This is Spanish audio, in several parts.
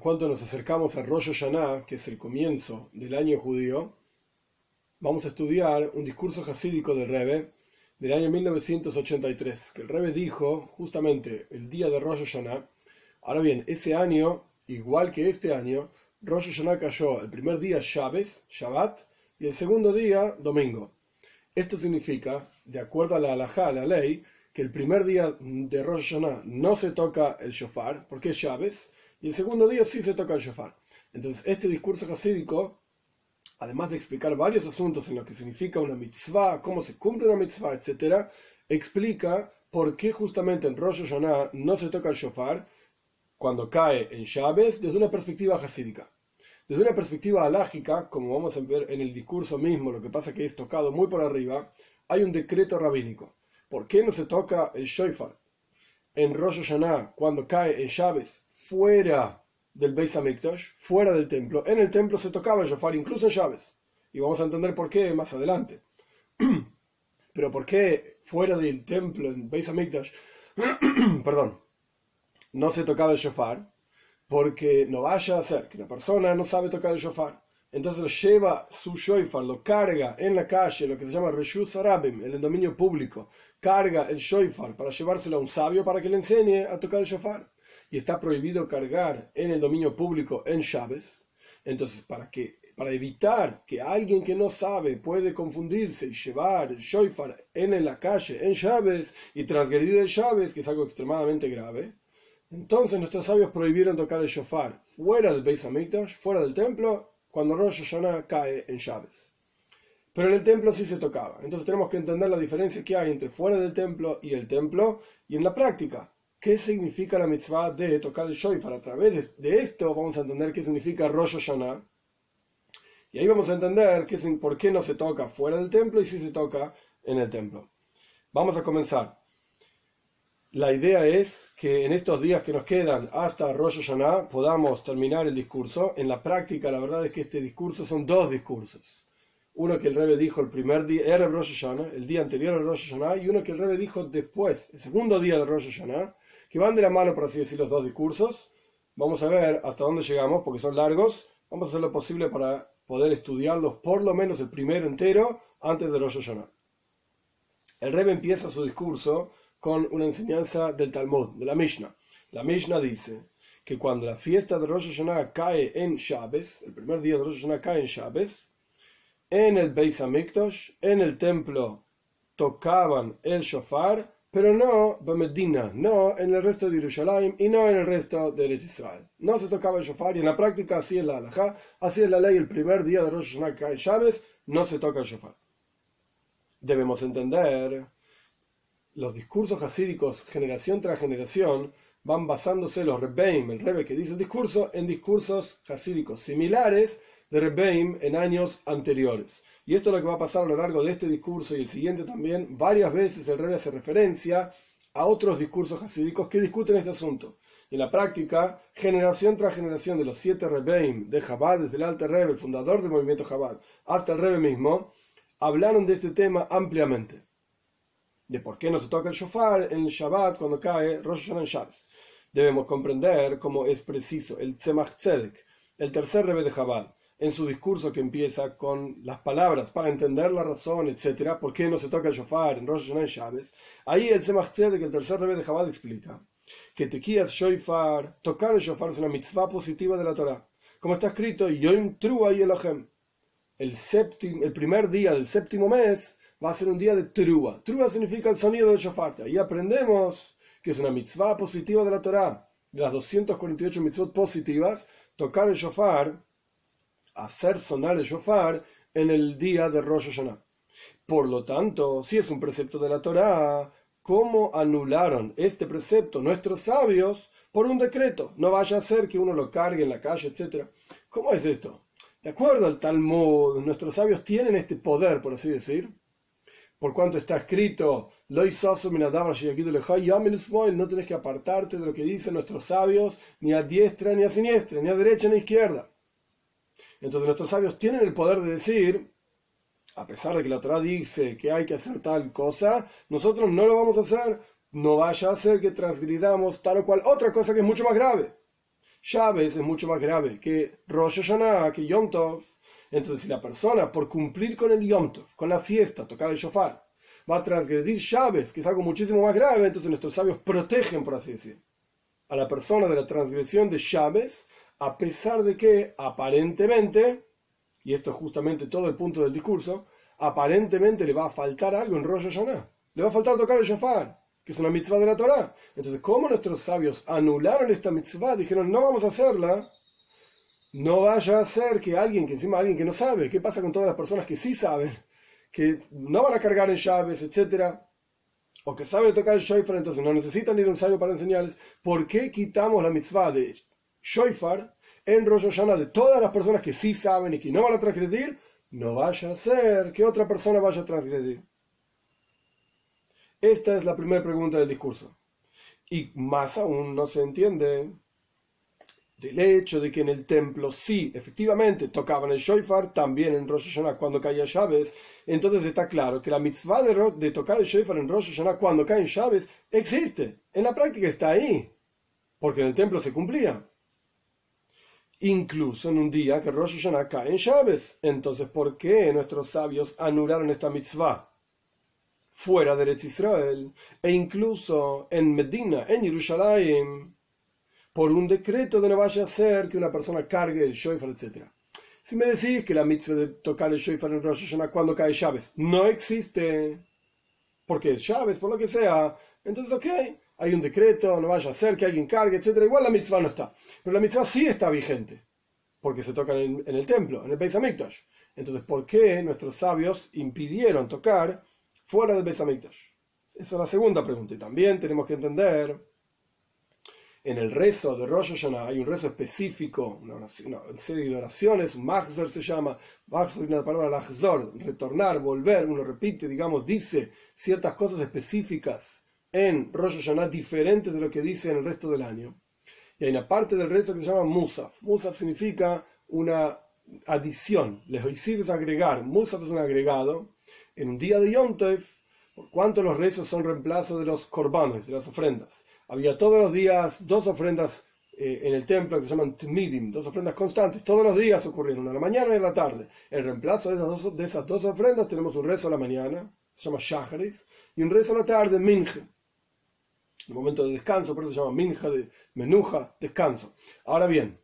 cuanto nos acercamos a Rosh Hashanah, que es el comienzo del año judío, vamos a estudiar un discurso jasídico del Rebbe del año 1983, que el Rebbe dijo justamente el día de Rosh Hashanah. Ahora bien, ese año, igual que este año, Rosh Hashanah cayó el primer día Shabbat, y el segundo día domingo. Esto significa, de acuerdo a la halajá, a la ley, que el primer día de Rosh Hashanah no se toca el shofar, porque es Shabbat, y el segundo día sí se toca el shofar. Entonces, este discurso jasídico, además de explicar varios asuntos en lo que significa una mitzvah, cómo se cumple una mitzvah, etc., explica por qué justamente en Rosh Hashanah no se toca el shofar cuando cae en Shabbat desde una perspectiva jasídica. Desde una perspectiva halágica, como vamos a ver en el discurso mismo, lo que pasa que es tocado muy por arriba, hay un decreto rabínico. ¿Por qué no se toca el shofar en Rosh Hashanah cuando cae en Shabbat fuera del Beis Hamikdash, fuera del templo? En el templo se tocaba el shofar incluso en Shabbat, y vamos a entender por qué más adelante. Pero ¿por qué fuera del templo, en Beis Hamikdash, perdón, no se tocaba el shofar? Porque no vaya a ser que la persona no sabe tocar el shofar, entonces lo lleva su shofar, lo carga en la calle, lo que se llama Reshus Harabim, en el dominio público, carga el shofar para llevárselo a un sabio para que le enseñe a tocar el shofar. Y está prohibido cargar en el dominio público en Shabbat. Entonces, para evitar que alguien que no sabe puede confundirse y llevar el shofar en la calle en Shabbat y transgredir el Shabbat, que es algo extremadamente grave, entonces nuestros sabios prohibieron tocar el shofar fuera del Beis Hamikdash, fuera del templo, cuando Rosh Hashanah cae en Shabbat. Pero en el templo sí se tocaba. Entonces tenemos que entender la diferencia que hay entre fuera del templo y el templo, y en la práctica, ¿qué significa la mitzvah de tocar el shofar? A través de esto vamos a entender qué significa Rosh Hashanah, y ahí vamos a entender por qué no se toca fuera del templo y sí se toca en el templo. Vamos a comenzar. La idea es que en estos días que nos quedan hasta Rosh Hashanah podamos terminar el discurso. En la práctica, la verdad es que este discurso son dos discursos. Uno que el Rebbe dijo el primer día, era Rosh Hashanah, el día anterior a Rosh Hashanah, y uno que el Rebbe dijo después, el segundo día de Rosh Hashanah, que van de la mano, por así decir, los dos discursos. Vamos a ver hasta dónde llegamos, porque son largos. Vamos a hacer lo posible para poder estudiarlos, por lo menos el primero entero, antes de Rosh Hashanah. El Rebbe empieza su discurso con una enseñanza del Talmud, de la Mishnah. La Mishnah dice que cuando la fiesta de Rosh Hashanah cae en Shabbat, el primer día de Rosh Hashanah cae en Shabbat, en el Beis Hamikdash, en el templo, tocaban el shofar, pero no Bamedina, no en el resto de Jerusalén y no en el resto de Eretz Israel. No se tocaba el shofar, y en la práctica así es la halajá, así es la ley. El primer día de Rosh Hashanah cae en Shabbat, no se toca el shofar. Debemos entender, los discursos hasídicos generación tras generación van basándose los Rebbeim, el Rebbe que dice el discurso, en discursos hasídicos similares de Rebbeim en años anteriores. Y esto es lo que va a pasar a lo largo de este discurso y el siguiente también. Varias veces el Rebbe hace referencia a otros discursos hasídicos que discuten este asunto. Y en la práctica, generación tras generación de los 7 Rebbeim de Chabad, desde el Alter Rebbe, el fundador del movimiento Chabad, hasta el Rebbe mismo, hablaron de este tema ampliamente. De por qué no se toca el shofar en el Shabbat cuando cae Rosh Hashanah en Shabbat. Debemos comprender cómo es preciso el Tzemach Tzedek, el tercer Rebbe de Chabad, en su discurso que empieza con las palabras para entender la razón, etc., por qué no se toca el shofar en Rosh Hashanah en Shabbat. Ahí el Tzemach Tzedek, el tercer Rebbe de Chabad, explica que Tekiyat Shofar, tocar el shofar, es una mitzvah positiva de la Torah. Como está escrito, Yom Trua y Elohem, el primer día del séptimo mes va a ser un día de Trua. Trua significa el sonido del shofar. Ahí aprendemos que es una mitzvah positiva de la Torah. De las 248 mitzvot positivas, tocar el shofar, hacer sonar el shofar en el día de Rosh Hashanah. Por lo tanto, si es un precepto de la Torah, ¿cómo anularon este precepto nuestros sabios por un decreto? No vaya a ser que uno lo cargue en la calle, etc. ¿Cómo es esto? De acuerdo al Talmud, nuestros sabios tienen este poder, por así decir, por cuanto está escrito, no tenés que apartarte de lo que dicen nuestros sabios, ni a diestra ni a siniestra, ni a derecha ni a izquierda. Entonces nuestros sabios tienen el poder de decir, a pesar de que la Torah dice que hay que hacer tal cosa, nosotros no lo vamos a hacer, no vaya a ser que transgridamos tal o cual otra cosa que es mucho más grave. Shabbos es mucho más grave que Rosh Hashanah, que Yom Tov. Entonces, si la persona, por cumplir con el Yom Tov, con la fiesta, tocar el shofar, va a transgredir Shabbos, que es algo muchísimo más grave, entonces nuestros sabios protegen, por así decir, a la persona de la transgresión de Shabbos, a pesar de que aparentemente, y esto es justamente todo el punto del discurso, aparentemente le va a faltar algo en Rosh Hashanah. Le va a faltar tocar el shofar, que es una mitzvah de la Torá. Entonces, como nuestros sabios anularon esta mitzvah, dijeron, no vamos a hacerla, no vaya a ser que alguien que no sabe, ¿qué pasa con todas las personas que sí saben? Que no van a cargar en Shabbos, etcétera, o que saben tocar el shofar, entonces no necesitan ir a un sabio para enseñarles. ¿Por qué quitamos la mitzvah de shofar en Rosh Hashanah de todas las personas que sí saben y que no van a transgredir? No vaya a ser que otra persona vaya a transgredir. Esta es la primera pregunta del discurso. Y más aún no se entiende del hecho de que en el templo sí, efectivamente, tocaban el shofar, también en Rosh Hashanah cuando caía Shabbos. Entonces está claro que la mitzvah de tocar el shofar en Rosh Hashanah cuando cae en Shabbos existe. En la práctica está ahí, porque en el templo se cumplía. Incluso en un día que Rosh Hashanah cae en Shabbos. Entonces, ¿por qué nuestros sabios anularon esta mitzvah fuera de Eretz Israel e incluso en Medina, en Jerusalén, por un decreto de no vaya a ser que una persona cargue el shofar, etc.? Si me decís que la mitzvah de tocar el shofar en Rosh Hashanah cuando cae Shabbos no existe, porque es Shabbos, por lo que sea, entonces ok, hay un decreto, no vaya a ser que alguien cargue, etc. Igual la mitzvah no está, pero la mitzvah sí está vigente, porque se toca en el templo, en el Beis Hamikdash. Entonces, ¿por qué nuestros sabios impidieron tocar fuera del Beis Hamikdash? Esa es la segunda pregunta. Y también tenemos que entender, en el rezo de Rosh Hashanah hay un rezo específico, una serie de oraciones, un mahzor se llama, mahzor viene de la palabra lahzor, retornar, volver, uno repite, digamos, dice ciertas cosas específicas en Rosh Hashanah diferentes de lo que dice en el resto del año. Y hay una parte del rezo que se llama Musaf. Musaf significa una adición, lehoisiv es agregar, Musaf es un agregado. En un día de Yom Tov, por cuanto los rezos son reemplazo de los korbanos, de las ofrendas, había todos los días dos ofrendas en el templo que se llaman tmidim, dos ofrendas constantes, todos los días ocurrieron, una a la mañana y a la tarde. En reemplazo de esas dos ofrendas tenemos un rezo a la mañana, se llama shacharis, y un rezo a la tarde, minje, un momento de descanso, por eso se llama minja, de menuja, descanso. Ahora bien,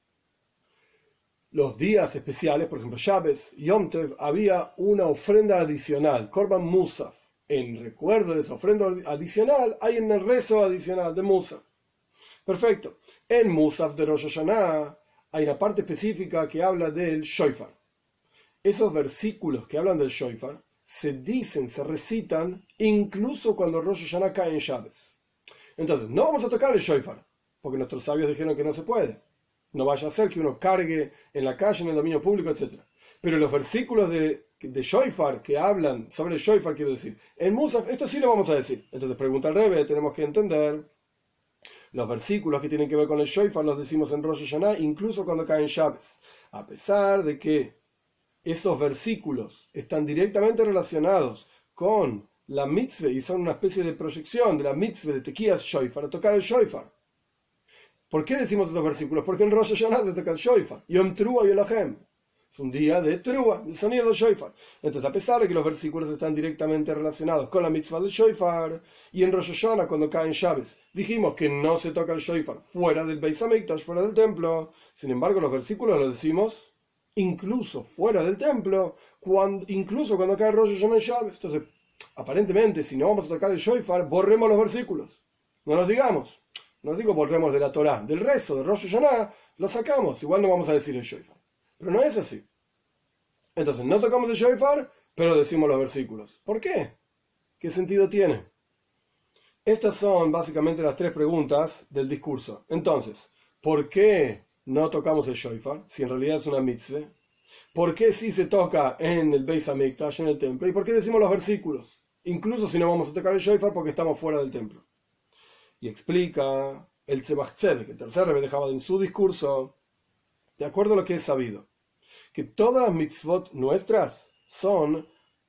los días especiales, por ejemplo Shabbos, Yom Tov, había una ofrenda adicional, Korban Musaf. En recuerdo de esa ofrenda adicional, hay en el rezo adicional de Musaf. Perfecto. En Musaf de Rosh Hashanah hay una parte específica que habla del shofar. Esos versículos que hablan del shofar se dicen, se recitan, incluso cuando Rosh Hashanah cae en Shabbos. Entonces, no vamos a tocar el shofar, porque nuestros sabios dijeron que no se puede. No vaya a ser que uno cargue en la calle, en el dominio público, etc. Pero los versículos de shofar que hablan sobre el shofar, quiero decir, en Musaf, esto sí lo vamos a decir. Entonces, pregunta al Rebbe, tenemos que entender, los versículos que tienen que ver con el shofar los decimos en Rosh Hashanah, incluso cuando cae en Shabbos. A pesar de que esos versículos están directamente relacionados con la mitzvah y son una especie de proyección de la mitzvah de Tequías Shofar, a tocar el shofar. ¿Por qué decimos esos versículos? Porque en Rosh Hashanah se toca el shofar. Yom Trua y Elohim. Es un día de Trua, el sonido del shofar. Entonces, a pesar de que los versículos están directamente relacionados con la mitzvah del shofar, y en Rosh Hashanah, cuando cae en Shabbos, dijimos que no se toca el shofar fuera del Beis Hamikdash, fuera del templo. Sin embargo, los versículos los decimos incluso fuera del templo, incluso cuando cae Rosh Hashanah en Shabbos. Entonces, aparentemente, si no vamos a tocar el shofar, borremos los versículos. No los digamos. No digo borremos de la Torá, del rezo, de Rosh Hashanah, lo sacamos. Igual no vamos a decir el shofar. Pero no es así. Entonces, no tocamos el shofar, pero decimos los versículos. ¿Por qué? ¿Qué sentido tiene? Estas son básicamente las tres preguntas del discurso. Entonces, ¿por qué no tocamos el shofar, si en realidad es una mitzvah? ¿Por qué sí se toca en el Beis Hamikdash, en el templo? ¿Y por qué decimos los versículos? Incluso si no vamos a tocar el shofar porque estamos fuera del templo. Y explica el Tzemach Tzedek, el tercer Rebbe de Chabad, en su discurso, de acuerdo a lo que es sabido, que todas las mitzvot nuestras son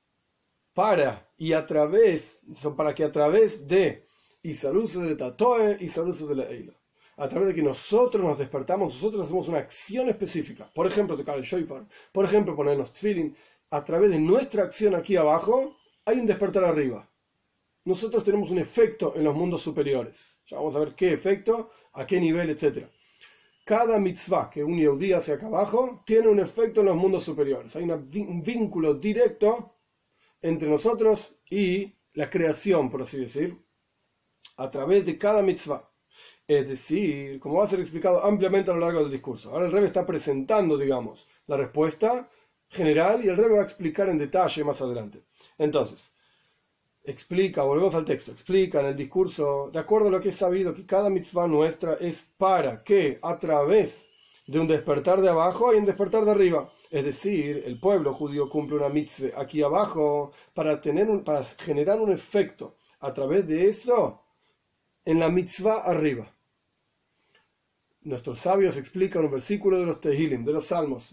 para que a través de Isarusu de Tatoe y Isarusu de la Eila, a través de que nosotros nos despertamos, nosotros hacemos una acción específica. Por ejemplo, tocar el shofar, por ejemplo, ponernos tefilin. A través de nuestra acción aquí abajo, hay un despertar arriba. Nosotros tenemos un efecto en los mundos superiores. Ya vamos a ver qué efecto, a qué nivel, etc. Cada mitzvah que un yehudí hace acá abajo tiene un efecto en los mundos superiores. Hay un vínculo directo entre nosotros y la creación, por así decir, a través de cada mitzvah. Es decir, como va a ser explicado ampliamente a lo largo del discurso. Ahora el Rebbe está presentando, digamos, la respuesta general y el Rebbe va a explicar en detalle más adelante. Entonces, volvemos al texto, explica en el discurso, de acuerdo a lo que es sabido, que cada mitzvah nuestra es para que a través de un despertar de abajo hay un despertar de arriba. Es decir, el pueblo judío cumple una mitzvah aquí abajo para generar un efecto a través de eso en la mitzvah arriba. Nuestros sabios explican un versículo de los Tehilim, de los Salmos.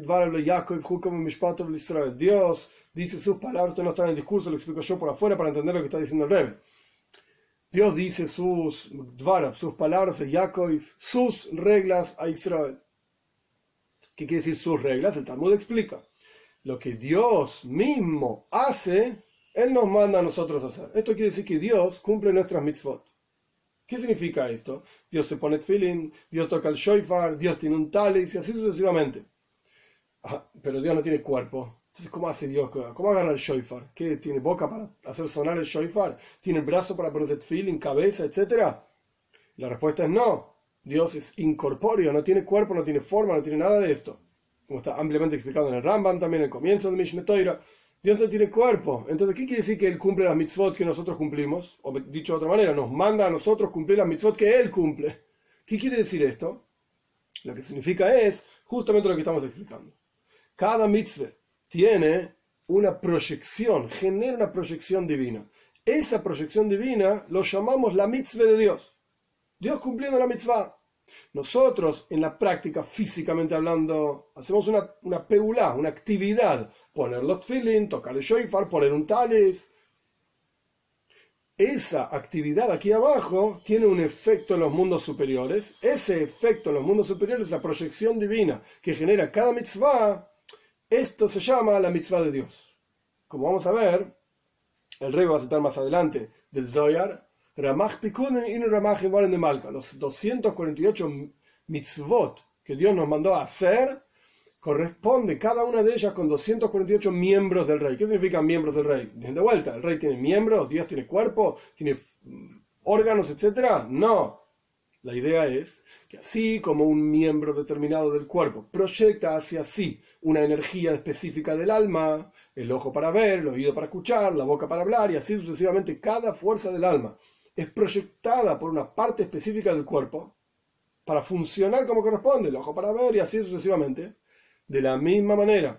Dios dice sus palabras, esto no está en el discurso, lo explico yo por afuera para entender lo que está diciendo el Rebbe. Dios dice sus palabras a Jacob, sus reglas a Israel. ¿Qué quiere decir sus reglas? El Talmud explica. Lo que Dios mismo hace, Él nos manda a nosotros a hacer. Esto quiere decir que Dios cumple nuestras mitzvot. ¿Qué significa esto? Dios se pone tefilin, Dios toca el shofar, Dios tiene un talis y así sucesivamente. Pero Dios no tiene cuerpo. Entonces, ¿cómo hace Dios? ¿Cómo agarra el shofar? ¿Qué? ¿Tiene boca para hacer sonar el shofar? ¿Tiene el brazo para ponerse tefilin, cabeza, etcétera? La respuesta es no. Dios es incorpóreo, no tiene cuerpo, no tiene forma, no tiene nada de esto. Como está ampliamente explicado en el Rambam, también en el comienzo del Mishneh Torah. Dios no tiene cuerpo. Entonces, ¿qué quiere decir que Él cumple las mitzvot que nosotros cumplimos? O dicho de otra manera, nos manda a nosotros cumplir las mitzvot que Él cumple. ¿Qué quiere decir esto? Lo que significa es justamente lo que estamos explicando. Cada mitzvah tiene una proyección, genera una proyección divina. Esa proyección divina lo llamamos la mitzvah de Dios. Dios cumpliendo la mitzvah. Nosotros, en la práctica, físicamente hablando, hacemos una peulá, una actividad. Poner los tefilin, tocar el shofar, poner un talis. Esa actividad aquí abajo tiene un efecto en los mundos superiores. Ese efecto en los mundos superiores es la proyección divina que genera cada mitzvah. Esto se llama la mitzvah de Dios. Como vamos a ver, el Rebbe va a citar más adelante del Zohar, Ramach Pikunen y Ramach Ibaren de Malka, los 248 mitzvot que Dios nos mandó a hacer, corresponde cada una de ellas con 248 miembros del rey. ¿Qué significan miembros del rey? De vuelta, ¿el rey tiene miembros? ¿Dios tiene cuerpo? ¿Tiene órganos, etcétera? No. La idea es que así como un miembro determinado del cuerpo proyecta hacia sí una energía específica del alma, el ojo para ver, el oído para escuchar, la boca para hablar y así sucesivamente, cada fuerza del alma es proyectada por una parte específica del cuerpo para funcionar como corresponde, el ojo para ver y así sucesivamente. De la misma manera,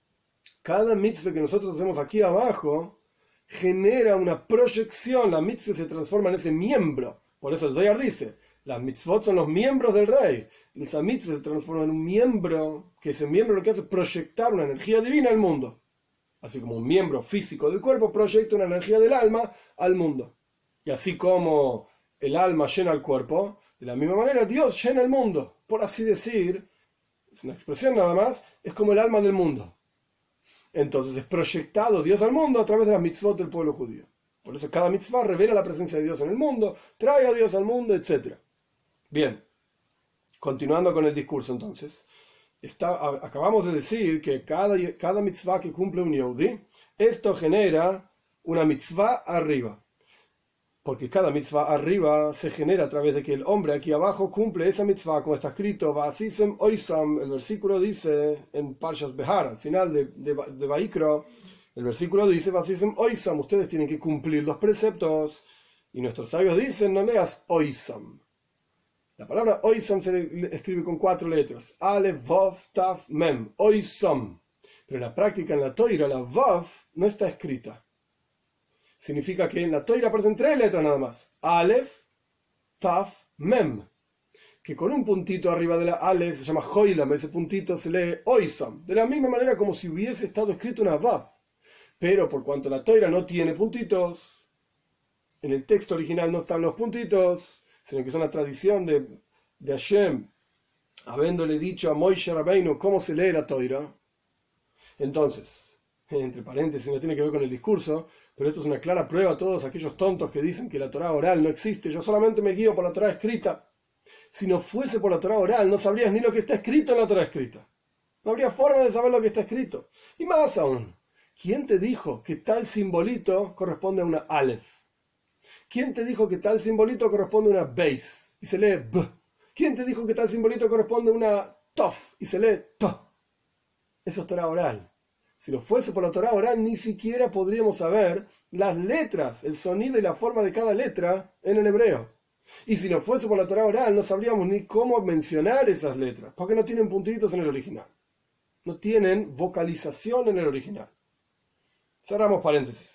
cada mitzvah que nosotros hacemos aquí abajo genera una proyección, la mitzvah se transforma en ese miembro. Por eso el Zohar dice, las mitzvot son los miembros del rey. Esa mitzvah se transforma en un miembro, que ese miembro lo que hace es proyectar una energía divina al mundo. Así como un miembro físico del cuerpo proyecta una energía del alma al mundo. Y así como el alma llena el cuerpo, de la misma manera Dios llena el mundo. Por así decir, es una expresión nada más, es como el alma del mundo. Entonces es proyectado Dios al mundo a través de las mitzvot del pueblo judío. Por eso cada mitzvah revela la presencia de Dios en el mundo, trae a Dios al mundo, etc. Bien, continuando con el discurso entonces. Acabamos de decir que cada mitzvah que cumple un yehudí, esto genera una mitzvah arriba. Porque cada mitzvah arriba se genera a través de que el hombre aquí abajo cumple esa mitzvah, como está escrito, Va'asisem oisam, el versículo dice en Parshas Behar, al final de Vaikro, el versículo dice, Va'asisem oisam, ustedes tienen que cumplir los preceptos. Y nuestros sabios dicen, no leas oisam. La palabra oisam se escribe con 4 letras, Aleph, Vav, Taf, Mem, oisam. Pero en la práctica, en la Toira, la Vav no está escrita. Significa que en la Toira aparecen 3 letras nada más. Aleph, Taf, Mem. Que con un puntito arriba de la Aleph se llama Hoilam, ese puntito se lee Oisam. De la misma manera como si hubiese estado escrito una Vav. Pero por cuanto la Toira no tiene puntitos, en el texto original no están los puntitos, sino que es una tradición de de Hashem, habiéndole dicho a Moishe Rabbeinu cómo se lee la Toira. Entonces, entre paréntesis, no tiene que ver con el discurso, pero esto es una clara prueba a todos aquellos tontos que dicen que la Torá oral no existe. Yo solamente me guío por la Torá escrita. Si no fuese por la Torá oral, no sabrías ni lo que está escrito en la Torá escrita. No habría forma de saber lo que está escrito. Y más aún, ¿quién te dijo que tal simbolito corresponde a una Aleph? ¿Quién te dijo que tal simbolito corresponde a una Beis y se lee B? ¿Quién te dijo que tal simbolito corresponde a una Tof y se lee T? Eso es Torá oral. Si no fuese por la Torá oral, ni siquiera podríamos saber las letras, el sonido y la forma de cada letra en el hebreo. Y si no fuese por la Torá oral, no sabríamos ni cómo mencionar esas letras, porque no tienen puntitos en el original. No tienen vocalización en el original. Cerramos paréntesis.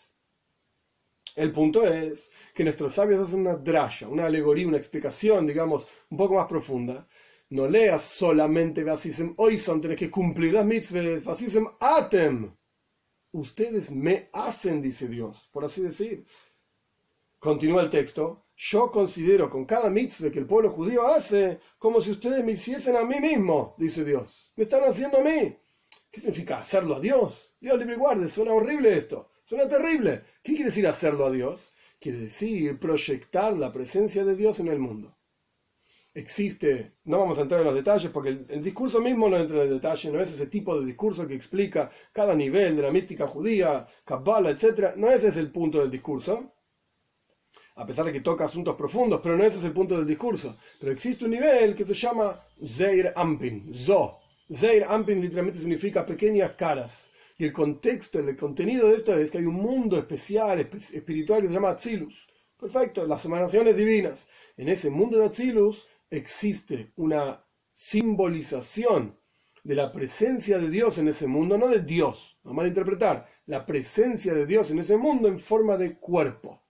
El punto es que nuestros sabios hacen una drasha, una alegoría, una explicación, digamos, un poco más profunda. No leas solamente Vasisem Oison, tenés que cumplir las mitzvahs, Vasisem Atem. Ustedes me hacen, dice Dios, por así decir. Continúa el texto. Yo considero con cada mitzvah que el pueblo judío hace como si ustedes me hiciesen a mí mismo, dice Dios. Me están haciendo a mí. ¿Qué significa hacerlo a Dios? Dios libre y guarde, suena horrible esto. Suena terrible. ¿Qué quiere decir hacerlo a Dios? Quiere decir proyectar la presencia de Dios en el mundo. Existe, no vamos a entrar en los detalles porque el discurso mismo no entra en el detalle, no es ese tipo de discurso que explica cada nivel de la mística judía, Kabbalah, etc. No ese es el punto del discurso, a pesar de que toca asuntos profundos, pero no ese es el punto del discurso. Pero existe un nivel que se llama Zeir Ampin, Zo. Zeir Ampin literalmente significa pequeñas caras. Y el contexto, el contenido de esto es que hay un mundo especial, espiritual que se llama Atzilus. Perfecto, las emanaciones divinas. En ese mundo de Atzilus existe una simbolización de la presencia de Dios en ese mundo, no de Dios, no malinterpretar, la presencia de Dios en ese mundo en forma de cuerpo.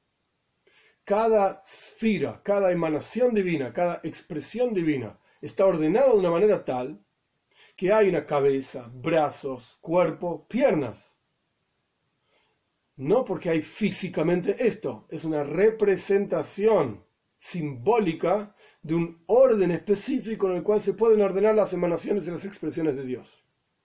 Cada esfera, cada emanación divina, cada expresión divina está ordenada de una manera tal que hay una cabeza, brazos, cuerpo, piernas. No porque hay físicamente esto, es una representación simbólica de un orden específico en el cual se pueden ordenar las emanaciones y las expresiones de Dios.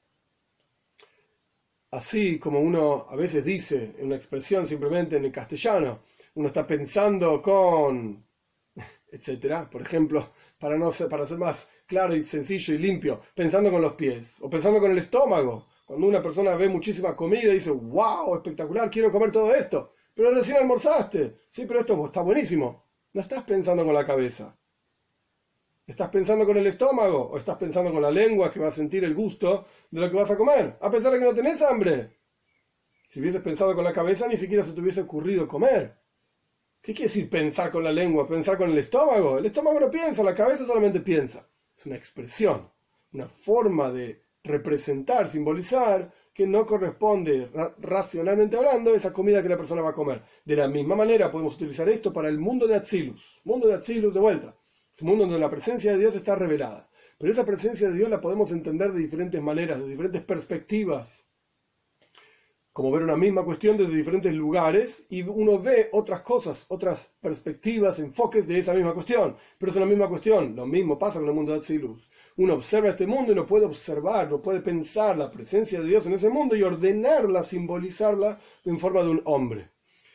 Así como uno a veces dice en una expresión simplemente en el castellano, uno está pensando con, etcétera, por ejemplo, para ser más claro y sencillo y limpio, pensando con los pies o pensando con el estómago. Cuando una persona ve muchísima comida y dice, wow, espectacular, quiero comer todo esto, pero recién almorzaste, sí, pero esto está buenísimo. No estás pensando con la cabeza. ¿Estás pensando con el estómago o estás pensando con la lengua que va a sentir el gusto de lo que vas a comer, a pesar de que no tenés hambre? Si hubieses pensado con la cabeza, ni siquiera se te hubiese ocurrido comer. ¿Qué quiere decir pensar con la lengua, pensar con el estómago? El estómago no piensa, la cabeza solamente piensa. Es una expresión, una forma de representar, simbolizar, que no corresponde, racionalmente hablando, a esa comida que la persona va a comer. De la misma manera podemos utilizar esto para el mundo de Atzilus. Mundo de Atzilus de vuelta. Es un mundo donde la presencia de Dios está revelada. Pero esa presencia de Dios la podemos entender de diferentes maneras, de diferentes perspectivas. Como ver una misma cuestión desde diferentes lugares y uno ve otras cosas, otras perspectivas, enfoques de esa misma cuestión. Pero es una misma cuestión. Lo mismo pasa con el mundo de Atzilus. Uno observa este mundo y no puede observar, no puede pensar la presencia de Dios en ese mundo y ordenarla, simbolizarla en forma de un hombre.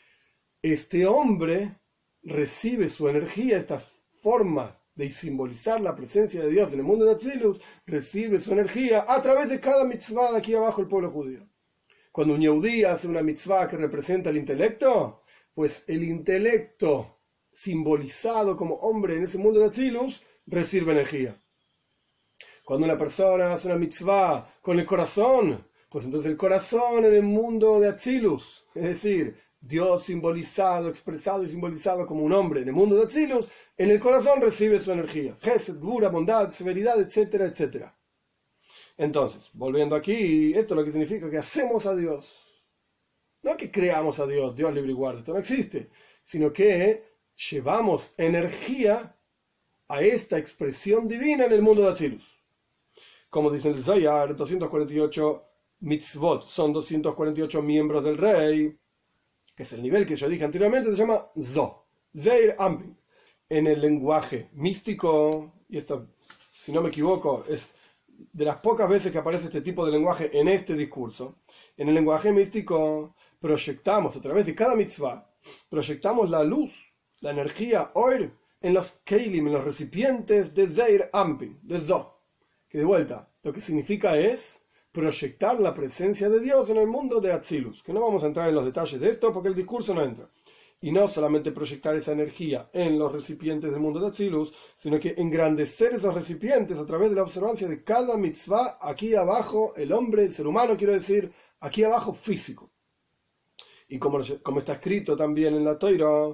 Este hombre recibe su energía, estas formas de simbolizar la presencia de Dios en el mundo de Atzilus, recibe su energía a través de cada mitzvah de aquí abajo el pueblo judío. Cuando un yehudí hace una mitzvah que representa el intelecto, pues el intelecto simbolizado como hombre en ese mundo de Atzilus recibe energía. Cuando una persona hace una mitzvah con el corazón, pues entonces el corazón en el mundo de Atzilus, es decir, Dios simbolizado, expresado y simbolizado como un hombre en el mundo de Atzilus, en el corazón recibe su energía. Gesed, gura, bondad, severidad, etcétera, etcétera. Entonces, volviendo aquí, esto es lo que significa que hacemos a Dios. No que creamos a Dios, Dios libre y guarde, esto no existe, sino que llevamos energía a esta expresión divina en el mundo de Atzilus. Como dice el Zohar, 248 mitzvot, son 248 miembros del rey, que es el nivel que yo dije anteriormente, se llama Zo, Zeir Ampin. En el lenguaje místico, y esto, si no me equivoco, es de las pocas veces que aparece este tipo de lenguaje en este discurso. En el lenguaje místico proyectamos a través de cada mitzvah, proyectamos la luz, la energía, oir, en los keilim, en los recipientes de Zeir Ampin, de Zoh, que de vuelta, lo que significa es proyectar la presencia de Dios en el mundo de Atzilus, que no vamos a entrar en los detalles de esto porque el discurso no entra. Y no solamente proyectar esa energía en los recipientes del mundo de Atzilus, sino que engrandecer esos recipientes a través de la observancia de cada mitzvah aquí abajo, el hombre, el ser humano, quiero decir, aquí abajo físico. Y como está escrito también en la Torah,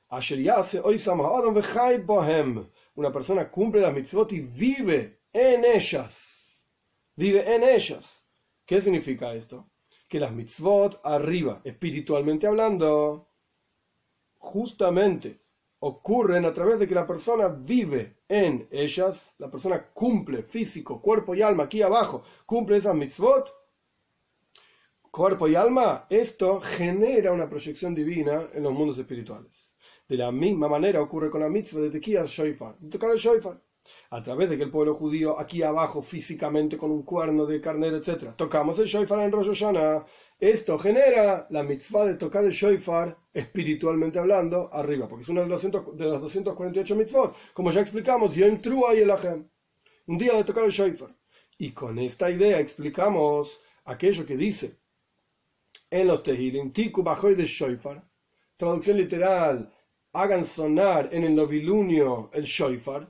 una persona cumple las mitzvot y vive en ellas. Vive en ellas. ¿Qué significa esto? Que las mitzvot arriba, espiritualmente hablando, justamente ocurren a través de que la persona vive en ellas, la persona cumple físico, cuerpo y alma aquí abajo, cumple esas mitzvot, cuerpo y alma, esto genera una proyección divina en los mundos espirituales. De la misma manera ocurre con la mitzvah de Tequías Shoifar, de tocar el Shoifar. A través de que el pueblo judío aquí abajo físicamente con un cuerno de carnero, etc., tocamos el Shoifar en Rosh Hashanah, esto genera la mitzvah de tocar el Shoifar espiritualmente hablando arriba, porque es uno de los 248 mitzvot, como ya explicamos, Yom Trua y Elahem, un día de tocar el Shoifar. Y con esta idea explicamos aquello que dice en los Tehilim, Tiku Bajoy de Shoifar, traducción literal, hagan sonar en el novilunio el Shoifar.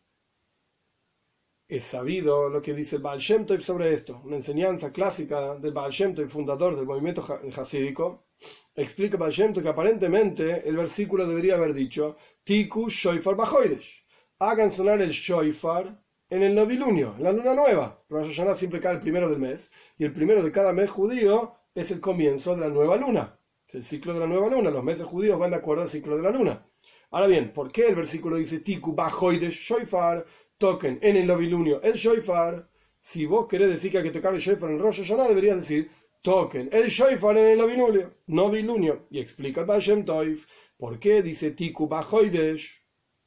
Es sabido lo que dice el Baal Shem Tov sobre esto, una enseñanza clásica del Baal Shem Tov, fundador del movimiento hasídico. Explica Baal Shem Tov que aparentemente el versículo debería haber dicho Tiku Shoifar Bajoidesh, hagan sonar el Shoifar en el novilunio, en la luna nueva. Rosh Hashanah siempre cae el primero del mes, y el primero de cada mes judío es el comienzo de la nueva luna, es el ciclo de la nueva luna. Los meses judíos van de acuerdo al ciclo de la luna. Ahora bien, ¿por qué el versículo dice Tiku Bajoidesh Shoifar? Toquen en el novilunio el Shoifar. Si vos querés decir que hay que tocar el Shoifar en Rosh Hashanah, deberías decir toquen el Shoifar en el novilunio. Y explica el Baal Shem Tov por qué dice Tiku Bajoidesh,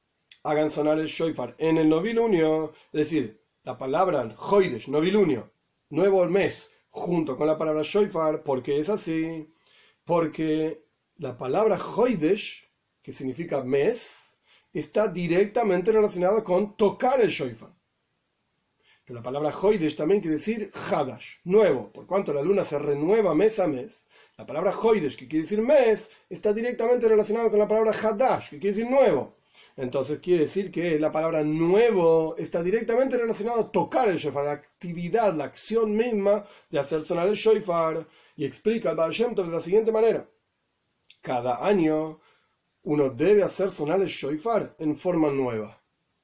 hagan sonar el Shoifar en el novilunio. Es decir, la palabra Hoidesh, novilunio, nuevo mes, junto con la palabra Shoifar. ¿Por qué es así? Porque la palabra Hoidesh, que significa mes, está directamente relacionado con tocar el Shoifar. Pero la palabra Hoidesh también quiere decir Hadash, nuevo. Por cuanto la luna se renueva mes a mes, la palabra Hoidesh, que quiere decir mes, está directamente relacionada con la palabra Hadash, que quiere decir nuevo. Entonces quiere decir que la palabra nuevo está directamente relacionada a tocar el Shoifar, la actividad, la acción misma de hacer sonar el Shoifar. Y explica el Baal Shem Tov de la siguiente manera. Cada año uno debe hacer sonar el Shoifar en forma nueva.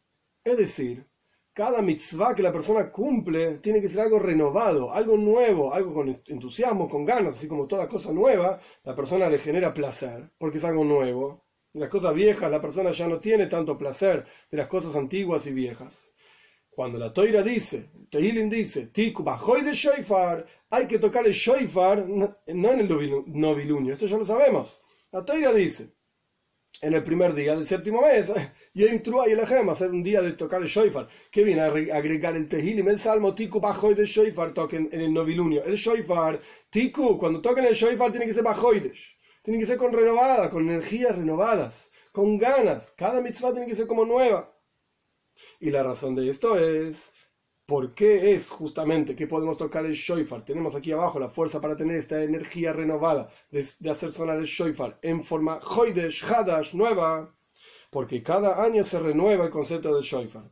Es decir, cada mitzvah que la persona cumple tiene que ser algo renovado, algo nuevo, algo con entusiasmo, con ganas, así como toda cosa nueva, la persona le genera placer, porque es algo nuevo. De las cosas viejas la persona ya no tiene tanto placer de las cosas antiguas y viejas. Cuando la Toira dice, Tehilim dice, Tiku Bajoy de Shoifar, hay que tocar el Shoifar, no en el novilunio, esto ya lo sabemos. La Toira dice, en el primer día del séptimo mes, Yom Trua y Elahem, hacer un día de tocar el Shoifar. ¿Qué viene a agregar el Tehilim, el Salmo? Tiku Bajoidesh Shoifar, toquen en el novilunio el Shoifar. Tiku, cuando toquen el Shoifar tiene que ser Bajoidesh, tiene que ser con renovada, con energías renovadas, con ganas. Cada mitzvah tiene que ser como nueva. Y la razón de esto es, ¿por qué es justamente que podemos tocar el Shoifar? Tenemos aquí abajo la fuerza para tener esta energía renovada de hacer sonar el Shoifar en forma Hoidesh, Hadash, nueva, porque cada año se renueva el concepto del Shoifar.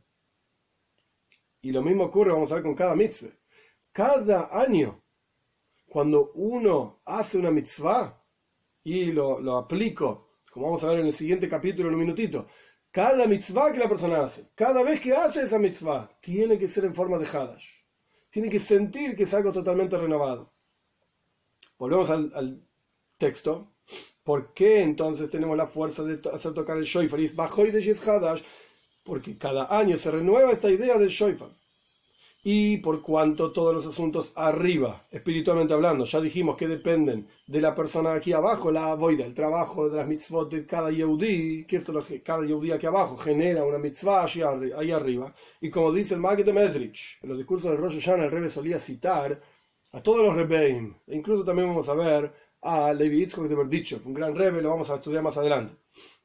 Y lo mismo ocurre, vamos a ver, con cada mitzvah. Cada año, cuando uno hace una mitzvah, y lo aplico, como vamos a ver en el siguiente capítulo en un minutito, cada mitzvah que la persona hace, cada vez que hace esa mitzvah, tiene que ser en forma de Hadash. Tiene que sentir que es algo totalmente renovado. Volvemos al texto. ¿Por qué entonces tenemos la fuerza de hacer tocar el Shoifar? Y es Bajoidesh y es Hadash, porque cada año se renueva esta idea del Shoifar. Y por cuanto todos los asuntos arriba, espiritualmente hablando, ya dijimos que dependen de la persona aquí abajo, la avoida, el trabajo de las mitzvot de cada yehudí, que esto lo que cada yehudí aquí abajo genera una mitzvah ahí arriba. Y como dice el Maggid de Mezrich, en los discursos de Rosh Hashanah, el Rebbe solía citar a todos los Rebbeim, e incluso también vamos a ver a Levi Yitzchok de Berdichov, un gran Rebbe, lo vamos a estudiar más adelante.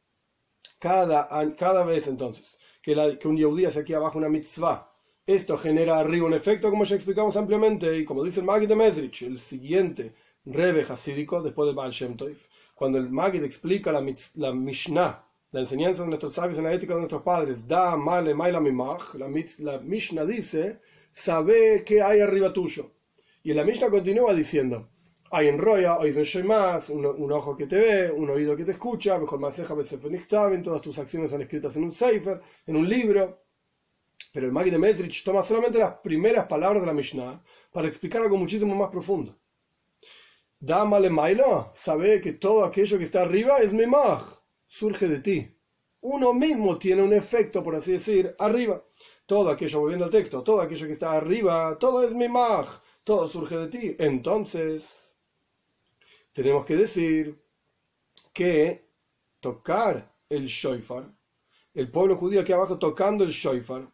Cada vez entonces que un yehudí hace aquí abajo una mitzvah, esto genera arriba un efecto, como ya explicamos ampliamente, y como dice el Maggid de Mezrich, el siguiente Rebbe hasídico, después del Baal Shem Tov, cuando el Maggid explica la Mishnah, la enseñanza de nuestros sabios en la ética de nuestros padres, da male maila mimach, la Mishnah dice, sabe qué hay arriba tuyo. Y la Mishnah continúa diciendo, hay en Roya, hay en Shemas, un ojo que te ve, un oído que te escucha, mejor maseja, todas tus acciones son escritas en un sefer, en un libro. Pero el Maggid de Mezrich toma solamente las primeras palabras de la Mishnah para explicar algo muchísimo más profundo. Dámale mailo, sabe que todo aquello que está arriba es mimach, surge de ti. Uno mismo tiene un efecto, por así decir, arriba. Todo aquello, volviendo al texto, todo aquello que está arriba, todo es mimach, todo surge de ti. Entonces, tenemos que decir que tocar el shofar, el pueblo judío aquí abajo tocando el shofar,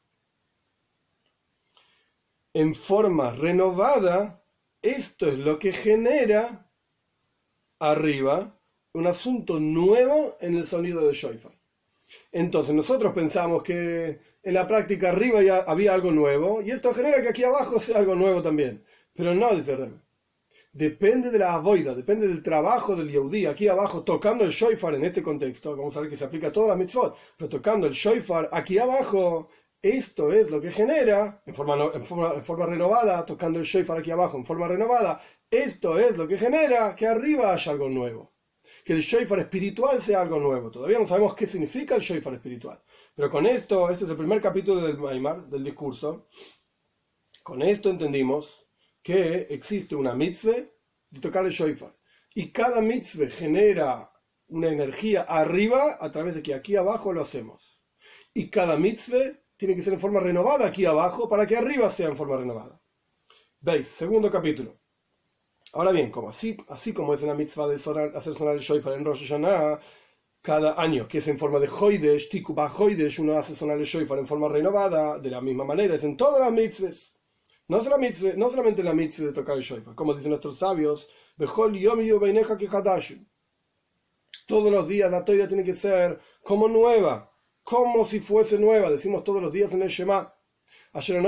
en forma renovada, esto es lo que genera arriba un asunto nuevo en el sonido del shofar. Entonces nosotros pensamos que en la práctica arriba ya había algo nuevo y esto genera que aquí abajo sea algo nuevo también. Pero no, dice Rebbe. Depende de la avoida, depende del trabajo del yehudí aquí abajo tocando el shofar en este contexto. Vamos a ver que se aplica a todas las mitzvot, pero tocando el shofar aquí abajo. Esto es lo que genera, en forma renovada, tocando el shofar aquí abajo en forma renovada, esto es lo que genera que arriba haya algo nuevo. Que el shofar espiritual sea algo nuevo. Todavía no sabemos qué significa el shofar espiritual. Pero con esto, este es el primer capítulo del Maimar, del discurso, con esto entendimos que existe una mitzvah de tocar el shofar. Y cada mitzvah genera una energía arriba a través de que aquí abajo lo hacemos. Y cada mitzvah tiene que ser en forma renovada aquí abajo para que arriba sea en forma renovada. ¿Veis? Segundo capítulo. Ahora bien, así como es en la mitzvah de hacer sonar el shofar en Rosh Hashanah, cada año que es en forma de Hoidesh, Tikubah Hoidesh, uno hace sonar el shofar en forma renovada, de la misma manera, es en todas las mitzvahs. No solamente la mitzvah de tocar el shofar, como dicen nuestros sabios, Bechol yom yu beineja ki hadashim. Todos los días la Torah tiene que ser como nueva, como si fuese nueva, decimos todos los días en el Shema. Serán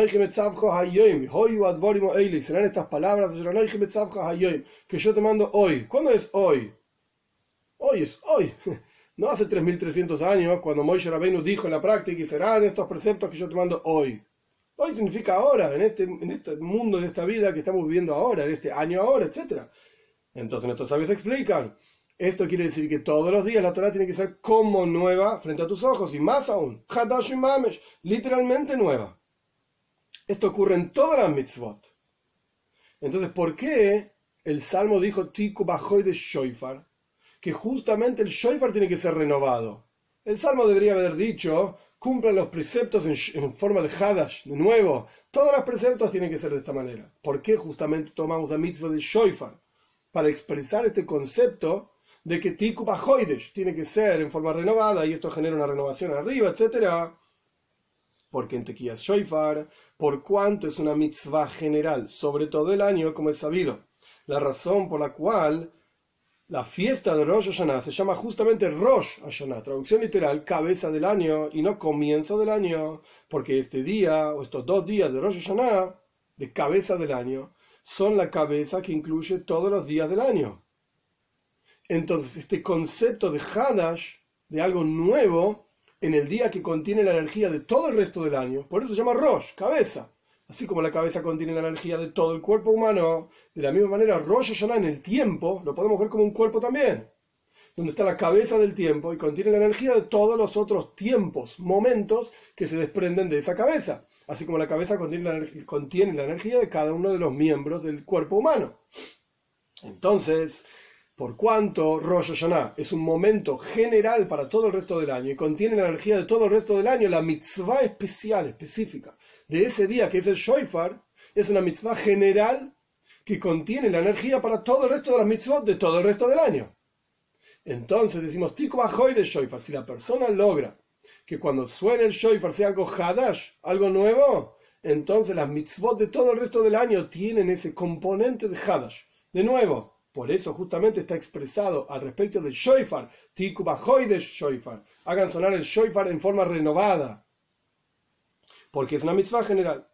estas palabras que yo te mando hoy. ¿Cuándo es hoy? Hoy es hoy. No hace 3300 años, cuando Moshe Rabbeinu dijo en la práctica, y serán estos preceptos que yo te mando hoy. Hoy significa ahora, en este mundo, en esta vida que estamos viviendo ahora, en este año ahora, etc. Entonces nuestros sabios explican. Esto quiere decir que todos los días la Torah tiene que ser como nueva frente a tus ojos, y más aún, Hadash y Mamesh, literalmente nueva. Esto ocurre en todas las mitzvot. Entonces, ¿por qué el Salmo dijo Tiku Bajoy de Shofar? Que justamente el Shofar tiene que ser renovado. El Salmo debería haber dicho, cumplan los preceptos en forma de Hadash, de nuevo. Todos los preceptos tienen que ser de esta manera. ¿Por qué justamente tomamos la mitzvah de Shofar? Para expresar este concepto de que Tiku Bajoidesh tiene que ser en forma renovada y esto genera una renovación arriba, etc. Porque en Tequías Shofar, por cuanto es una mitzvah general, sobre todo el año, como es sabido. La razón por la cual la fiesta de Rosh Hashanah se llama justamente Rosh Hashanah, traducción literal, cabeza del año, y no comienzo del año, porque este día, o estos 2 días de Rosh Hashanah, de cabeza del año, son la cabeza que incluye todos los días del año. Entonces, este concepto de Hadash, de algo nuevo, en el día que contiene la energía de todo el resto del año, por eso se llama Rosh, cabeza. Así como la cabeza contiene la energía de todo el cuerpo humano, de la misma manera Rosh Hashanah en el tiempo, lo podemos ver como un cuerpo también, donde está la cabeza del tiempo y contiene la energía de todos los otros tiempos, momentos que se desprenden de esa cabeza. Así como la cabeza contiene la energía de cada uno de los miembros del cuerpo humano. Entonces, Por cuanto Rosh Hashanah es un momento general para todo el resto del año y contiene la energía de todo el resto del año, la mitzvah especial, específica, de ese día que es el Shoifar, es una mitzvah general que contiene la energía para todo el resto de las mitzvot de todo el resto del año. Entonces decimos, Tiku Bajoy de Shoifar, si la persona logra que cuando suene el Shoifar sea algo Hadash, algo nuevo, entonces las mitzvot de todo el resto del año tienen ese componente de Hadash, de nuevo. Por eso justamente está expresado al respecto del Shoifar, Tiku Bajoy de Shoifar. Hagan sonar el Shoifar en forma renovada, porque es una mitzvah general.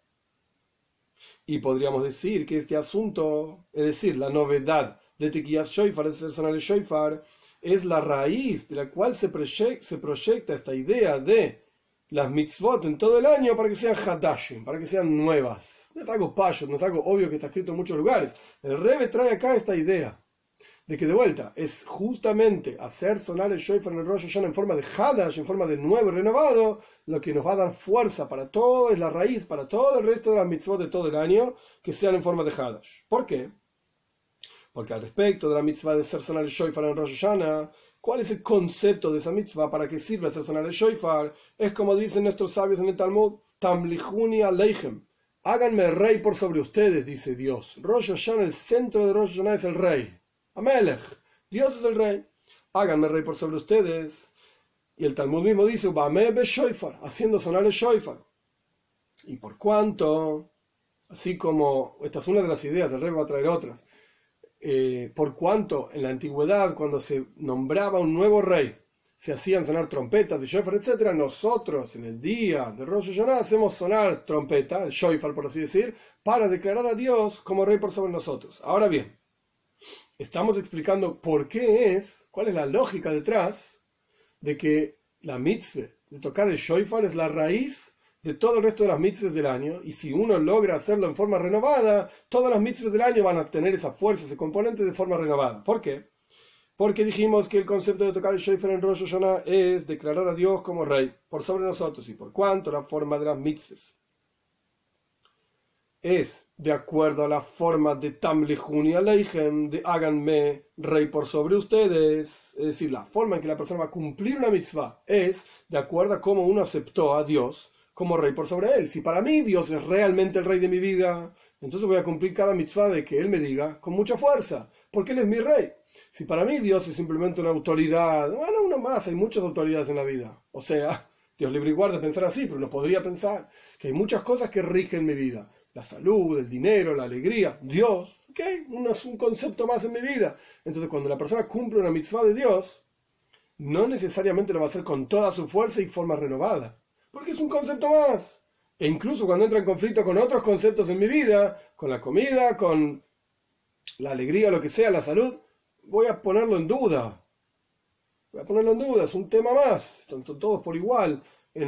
Y podríamos decir que este asunto, es decir, la novedad de Tekiyas Shoifar, de hacer sonar el Shoifar, es la raíz de la cual se proyecta esta idea de las mitzvot en todo el año para que sean hadashim, para que sean nuevas. No es algo payo, no es algo obvio que está escrito en muchos lugares. El Rebbe trae acá esta idea de que de vuelta es justamente hacer sonar el Shoifar en el Rosh Hashanah en forma de hadash, en forma de nuevo y renovado, lo que nos va a dar fuerza para todo, es la raíz para todo el resto de las mitzvot de todo el año, que sean en forma de hadash. ¿Por qué? Porque al respecto de la mitzvah de hacer sonar el Shoifar en Rosh Hashanah, ¿cuál es el concepto de esa mitzvah? ¿Para qué sirve hacer sonar el Shoifar? Es como dicen nuestros sabios en el Talmud, Tamlichuni aleichem. Háganme rey por sobre ustedes, dice Dios. Rosh Hashanah, el centro de Rosh Hashanah es el rey. Amelech, Dios es el rey. Háganme rey por sobre ustedes. Y el Talmud mismo dice, Bameh be Shoifar, haciendo sonar el Shoifar. Y por cuanto, así como, esta es una de las ideas, el rey va a traer otras. Por cuanto en la antigüedad, cuando se nombraba un nuevo rey, se hacían sonar trompetas y shofar, etc. Nosotros, en el día de Rosh Hashanah, hacemos sonar trompeta, el shofar por así decir, para declarar a Dios como rey por sobre nosotros. Ahora bien, estamos explicando por qué cuál es la lógica detrás de que la mitzvah de tocar el shofar es la raíz de todo el resto de las mitzvahs del año, y si uno logra hacerlo en forma renovada, todas las mitzvahs del año van a tener esa fuerza, ese componente de forma renovada. ¿Por qué? Porque dijimos que el concepto de tocar el shofar en Rosh Hashanah es declarar a Dios como rey por sobre nosotros, y por cuanto la forma de las mitzvahs es de acuerdo a la forma de Tamlichuni aleichem, de háganme rey por sobre ustedes, es decir, la forma en que la persona va a cumplir una mitzvah es de acuerdo a cómo uno aceptó a Dios como rey por sobre él. Si para mí Dios es realmente el rey de mi vida, entonces voy a cumplir cada mitzvah de que Él me diga con mucha fuerza, porque Él es mi rey. Si para mí Dios es simplemente una autoridad, bueno, uno más, hay muchas autoridades en la vida. O sea, Dios libre y guarde pensar así, pero uno podría pensar que hay muchas cosas que rigen mi vida. La salud, el dinero, la alegría, Dios, ¿ok? Es un concepto más en mi vida. Entonces cuando la persona cumple una mitzvah de Dios, no necesariamente lo va a hacer con toda su fuerza y forma renovada, porque es un concepto más. E incluso cuando entra en conflicto con otros conceptos en mi vida, con la comida, con la alegría, lo que sea, la salud, voy a ponerlo en duda. Voy a ponerlo en duda, es un tema más. Están todos por igual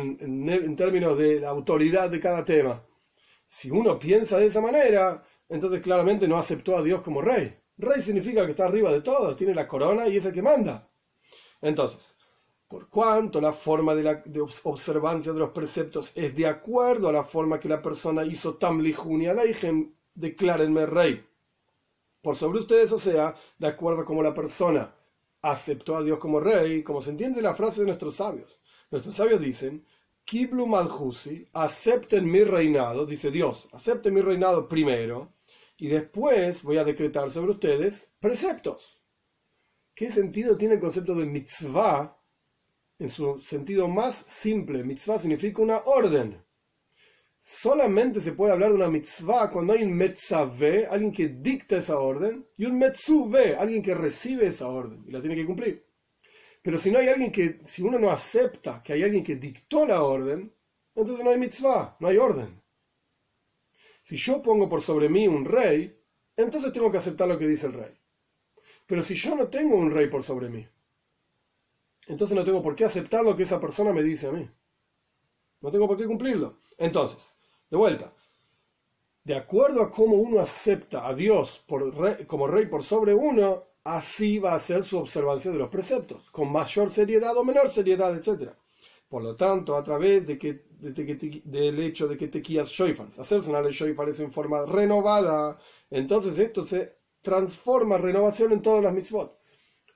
en términos de la autoridad de cada tema. Si uno piensa de esa manera, entonces claramente no aceptó a Dios como rey. Rey significa que está arriba de todo, tiene la corona y es el que manda. Entonces, por cuanto la forma de observancia de los preceptos es de acuerdo a la forma que la persona hizo Tamlichuni aleichem, declárenme rey por sobre ustedes, o sea, de acuerdo a cómo la persona aceptó a Dios como rey, como se entiende la frase de nuestros sabios. Nuestros sabios dicen, Kiblu Malhusi, acepten mi reinado, dice Dios, acepten mi reinado primero, y después voy a decretar sobre ustedes preceptos. ¿Qué sentido tiene el concepto de mitzvah? En su sentido más simple, mitzvah significa una orden. Solamente se puede hablar de una mitzvah cuando hay un metzaveh, alguien que dicta esa orden, y un metzuveh, alguien que recibe esa orden y la tiene que cumplir. Pero si no hay alguien si uno no acepta que hay alguien que dictó la orden, entonces no hay mitzvah, no hay orden. Si yo pongo por sobre mí un rey, entonces tengo que aceptar lo que dice el rey. Pero si yo no tengo un rey por sobre mí, entonces no tengo por qué aceptar lo que esa persona me dice a mí. No tengo por qué cumplirlo. Entonces, de vuelta, de acuerdo a cómo uno acepta a Dios como rey por sobre uno, así va a ser su observancia de los preceptos, con mayor seriedad o menor seriedad, etc. Por lo tanto, a través del hecho de que Tekiyas Shofar, hacer sonar el Shofar es en forma renovada, entonces esto se transforma en renovación en todas las mitzvot.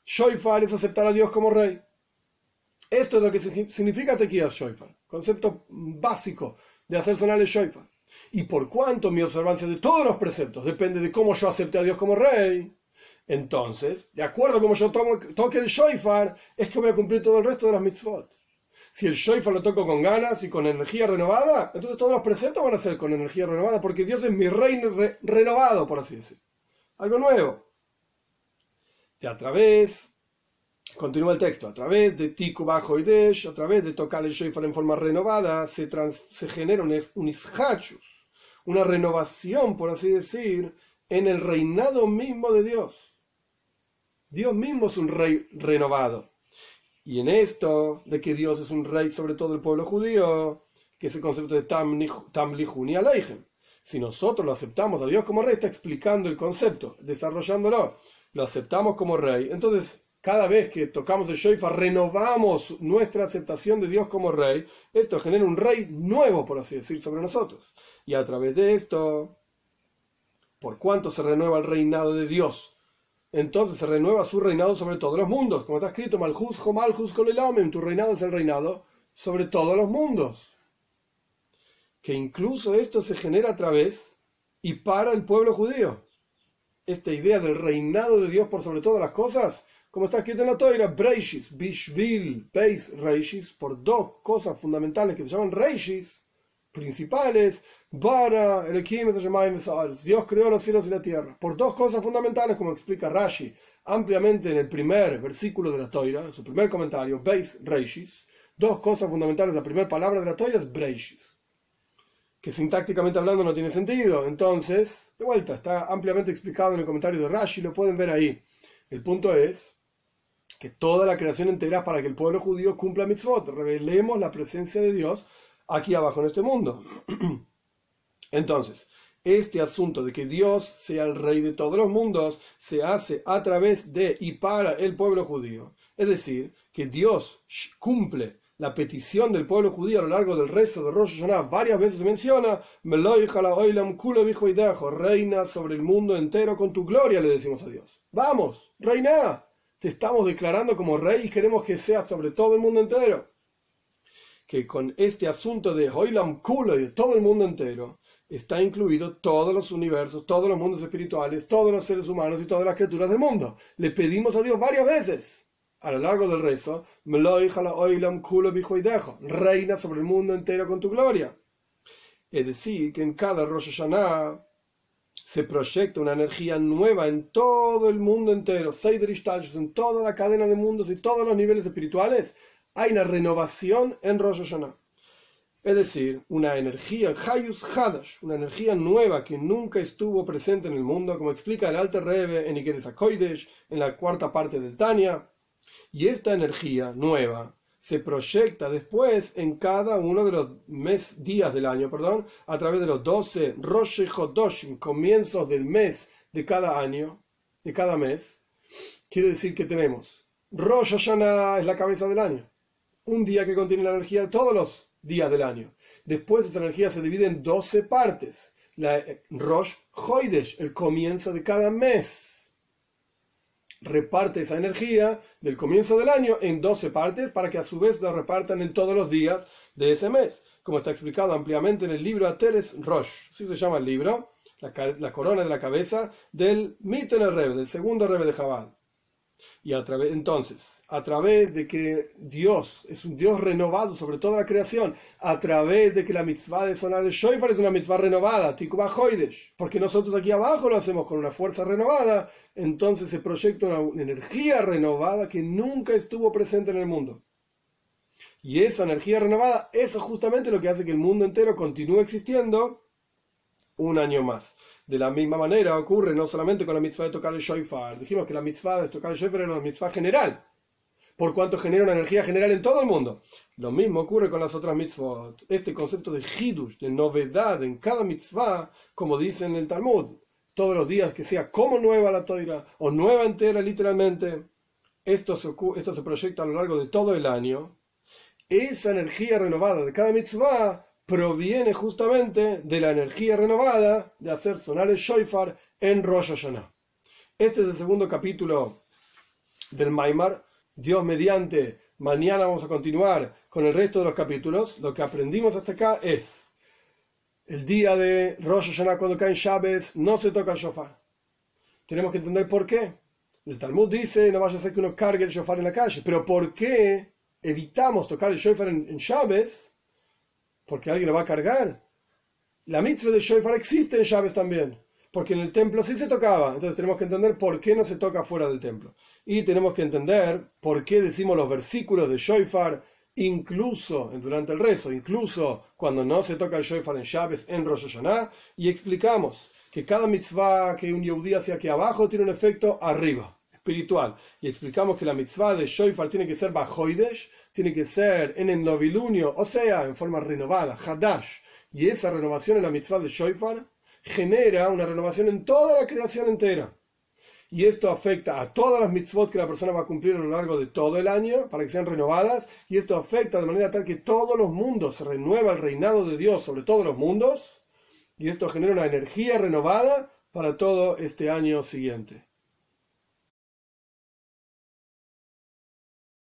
Shofar es aceptar a Dios como rey. Esto es lo que significa Tekiyas Shofar, concepto básico de hacer sonar el Shofar. Y por cuanto mi observancia de todos los preceptos depende de cómo yo acepte a Dios como rey, entonces, de acuerdo a cómo yo toque el Shofar, es que voy a cumplir todo el resto de las mitzvot. Si el Shofar lo toco con ganas y con energía renovada, entonces todos los preceptos van a ser con energía renovada, porque Dios es mi rey renovado, por así decirlo. Algo nuevo. Y a través, continúa el texto, a través de Tiku Bajo Idesh, a través de tocar el Shofar en forma renovada, se genera un ishachus, una renovación, por así decir, en el reinado mismo de Dios. Dios mismo es un rey renovado. Y en esto, de que Dios es un rey sobre todo el pueblo judío, que es el concepto de Tamlihuni Aleichem. Si nosotros lo aceptamos a Dios como rey, está explicando el concepto, desarrollándolo. Lo aceptamos como rey. Entonces, cada vez que tocamos el shofar, renovamos nuestra aceptación de Dios como rey. Esto genera un rey nuevo, por así decir, sobre nosotros. Y a través de esto, por cuanto se renueva el reinado de Dios, entonces se renueva su reinado sobre todos los mundos. Como está escrito, Malchus ho Malchus kol elamim, tu reinado es el reinado sobre todos los mundos. Que incluso esto se genera a través y para el pueblo judío. Esta idea del reinado de Dios por sobre todas las cosas, como está escrito en la Toira, Breishis, Bishvil, Beis Reishis, por dos cosas fundamentales que se llaman Reishis, principales, Bara, Elohim, Dios creó los cielos y la tierra. Por dos cosas fundamentales, como explica Rashi ampliamente en el primer versículo de la Toira, en su primer comentario, Beis Reishis, dos cosas fundamentales, la primera palabra de la Toira es Breishis, que sintácticamente hablando no tiene sentido. Entonces, de vuelta, está ampliamente explicado en el comentario de Rashi, lo pueden ver ahí. El punto es que toda la creación entera es para que el pueblo judío cumpla mitzvot, revelemos la presencia de Dios aquí abajo en este mundo. Entonces, este asunto de que Dios sea el rey de todos los mundos se hace a través de y para el pueblo judío. Es decir, que Dios cumple la petición del pueblo judío a lo largo del rezo de Rosh Hashanah. Varias veces se menciona, reina sobre el mundo entero con tu gloria, le decimos a Dios. Vamos, reina, te estamos declarando como rey y queremos que seas sobre todo el mundo entero. Que con este asunto de Oilam Kulo y de todo el mundo entero, está incluido todos los universos, todos los mundos espirituales, todos los seres humanos y todas las criaturas del mundo. Le pedimos a Dios varias veces a lo largo del rezo, reina sobre el mundo entero con tu gloria. Es decir, que en cada Rosh Hashanah se proyecta una energía nueva en todo el mundo entero, en toda la cadena de mundos y todos los niveles espirituales, hay una renovación en Rosh Hashanah. Es decir, una energía, Hayus Hadash, una energía nueva que nunca estuvo presente en el mundo, como explica el Alter Rebbe en Ikeres HaKodesh, en la cuarta parte del Tanya. Y esta energía nueva se proyecta después en cada uno de los días del año, a través de los 12 Rosh Chodoshim, comienzos del mes de cada año, de cada mes. Quiere decir que tenemos Rosh Hashanah es la cabeza del año, un día que contiene la energía de todos los días del año. Después esa energía se divide en 12 partes. La Rosh Chodesh, el comienzo de cada mes, reparte esa energía del comienzo del año en 12 partes para que a su vez la repartan en todos los días de ese mes, como está explicado ampliamente en el libro Ateres Rosh, así se llama el libro, la corona de la cabeza del Mitener Rebbe, del segundo Rebbe de Chabad. Y entonces, a través de que Dios es un Dios renovado sobre toda la creación, a través de que la mitzvah de sonar el shofar es una mitzvah renovada, Tikva Hoidesh, porque nosotros aquí abajo lo hacemos con una fuerza renovada, entonces se proyecta una energía renovada que nunca estuvo presente en el mundo. Y esa energía renovada, eso es justamente lo que hace que el mundo entero continúe existiendo un año más. De la misma manera ocurre no solamente con la mitzvah de tocar el shofar. Dijimos que la mitzvah de tocar el shofar era una mitzvah general, por cuanto genera una energía general en todo el mundo. Lo mismo ocurre con las otras mitzvot. Este concepto de hidush, de novedad en cada mitzvah, como dice en el Talmud, todos los días que sea como nueva la Toira, o nueva entera literalmente, esto se proyecta a lo largo de todo el año. Esa energía renovada de cada mitzvah proviene justamente de la energía renovada de hacer sonar el shofar en Rosh Hashanah. Este es el segundo capítulo del Maimar. Dios mediante, mañana vamos a continuar con el resto de los capítulos. Lo que aprendimos hasta acá es: el día de Rosh Hashanah, cuando cae en Shabes, no se toca el shofar. Tenemos que entender por qué. El Talmud dice, no vaya a ser que uno cargue el shofar en la calle. Pero ¿por qué evitamos tocar el shofar en Shabes? Porque alguien lo va a cargar. La mitzvah de shofar existe en Shabes también, porque en el templo sí se tocaba. Entonces tenemos que entender por qué no se toca fuera del templo. Y tenemos que entender por qué decimos los versículos de shofar incluso durante el rezo, incluso cuando no se toca el shofar en Shabes, en Rosh Hashanah. Y explicamos que cada mitzvah que un yehudí hace aquí abajo tiene un efecto arriba, espiritual. Y explicamos que la mitzvah de shofar tiene que ser bajoidesh, tiene que ser en el novilunio, o sea, en forma renovada, hadash. Y esa renovación en la mitzvah de shofar genera una renovación en toda la creación entera. Y esto afecta a todas las mitzvot que la persona va a cumplir a lo largo de todo el año para que sean renovadas. Y esto afecta de manera tal que todos los mundos se renueva el reinado de Dios sobre todos los mundos. Y esto genera una energía renovada para todo este año siguiente.